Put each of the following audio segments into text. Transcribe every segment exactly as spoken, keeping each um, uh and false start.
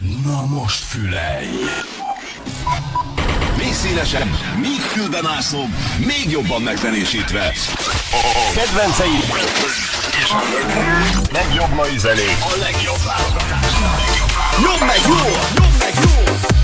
Na most fülelj! Még szélesebb, még fülbemászóbb, még jobban megzenésítve. A kedvenceid és a legjobb mai zenék a legjobb válogatásra. Jobb meg jó! Jobb meg jó!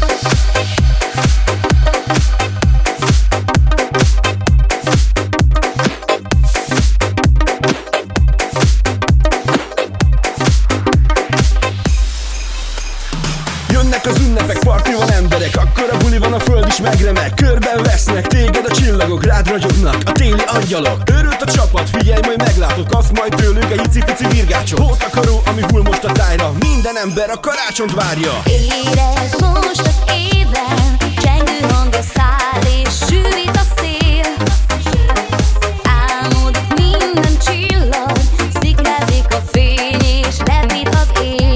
Az ünnepek, parti van emberek, akkora buli van a föld is megremek. Körben vesznek téged a csillagok, rád ragyognak a téli angyalok. Őrült a csapat, figyelj, majd meglátod, kapsz majd tőlük egy icipici virgácsot. Hótakaró, ami hull most a tájra, minden ember a karácsont várja. Érezd most az éven, csengő hangja száll és sűrít a szél. Álmod minden csillag, szikrázik a fény és repít az éj.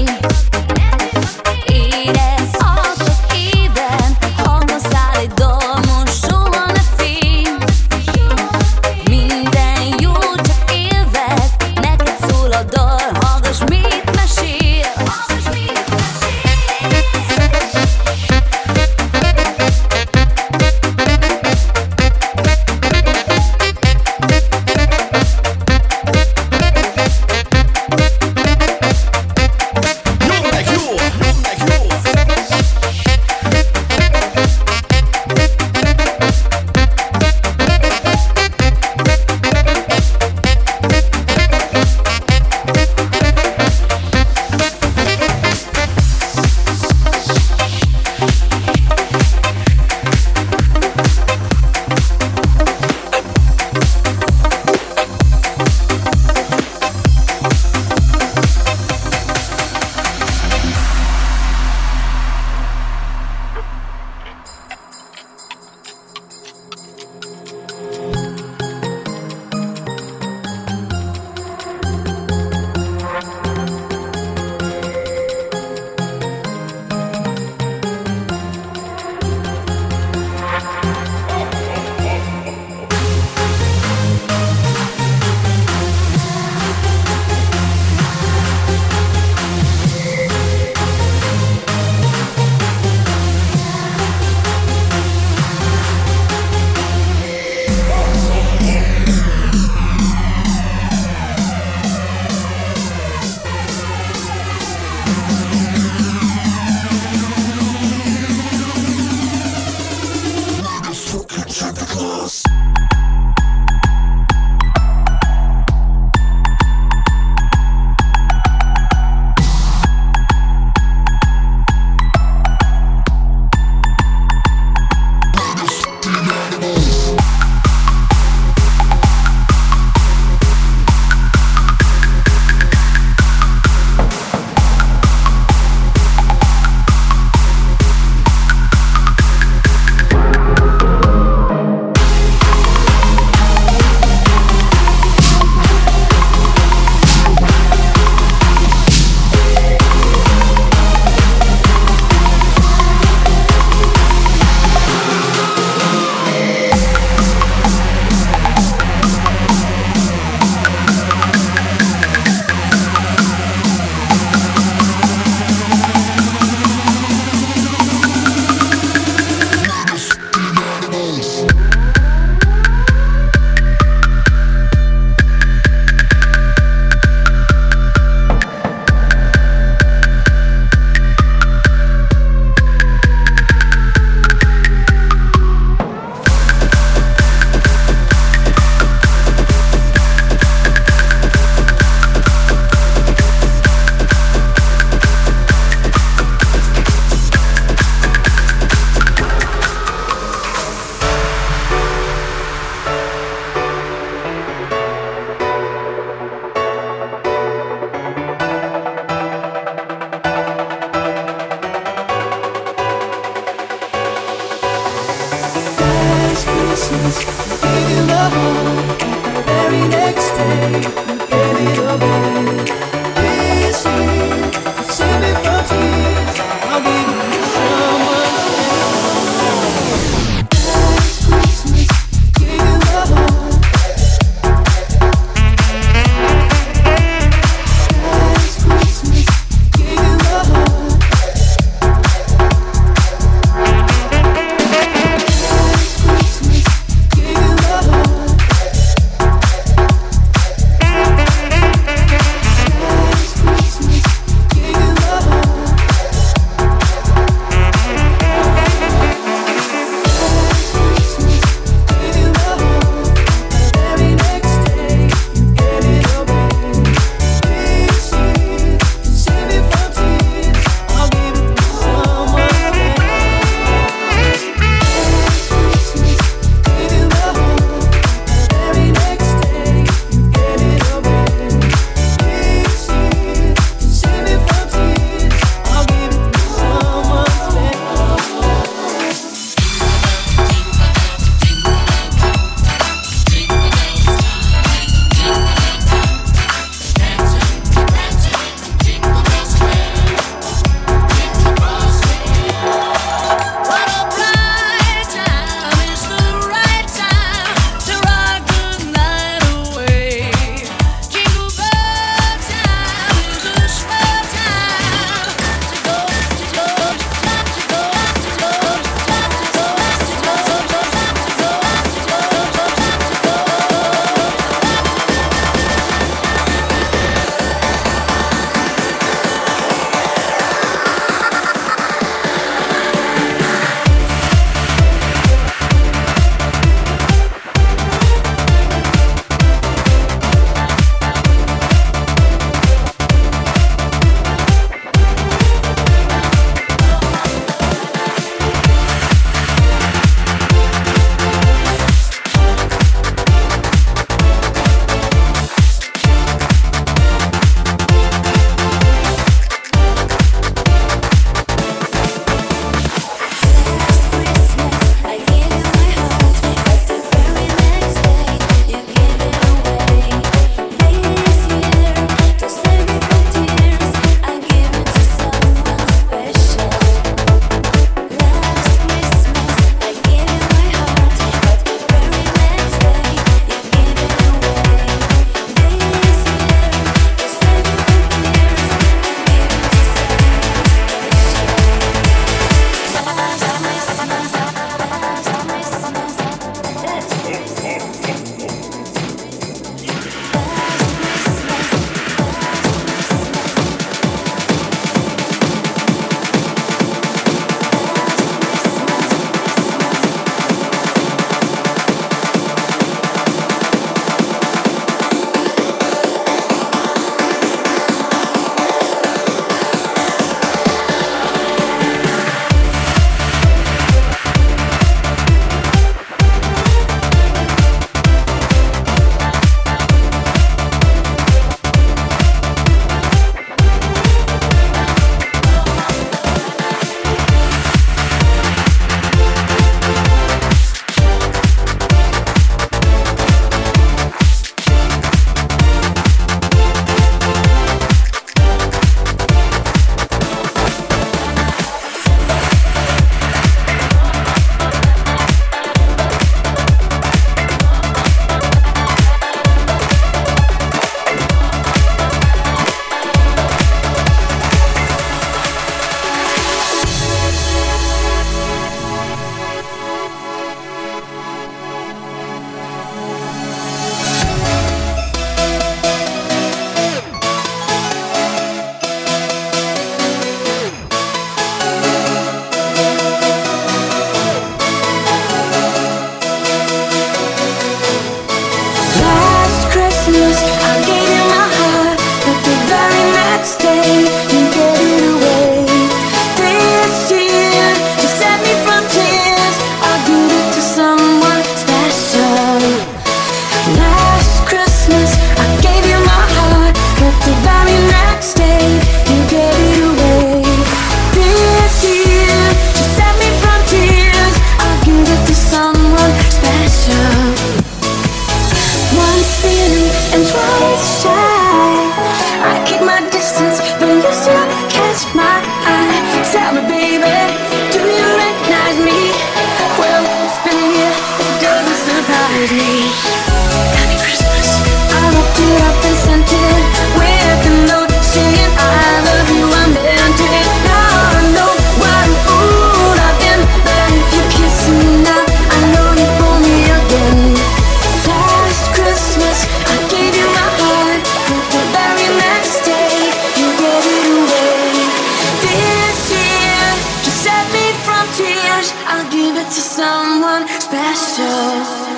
with me. Happy Christmas. I wrapped it up and sent it with a note saying I love you, I meant it. Now I know what a fool I've been, but if you kiss me now, I know you for me again. Last Christmas, I gave you my heart, but the very next day, you gave it away. This year, to set me from tears, I'll give it to someone special.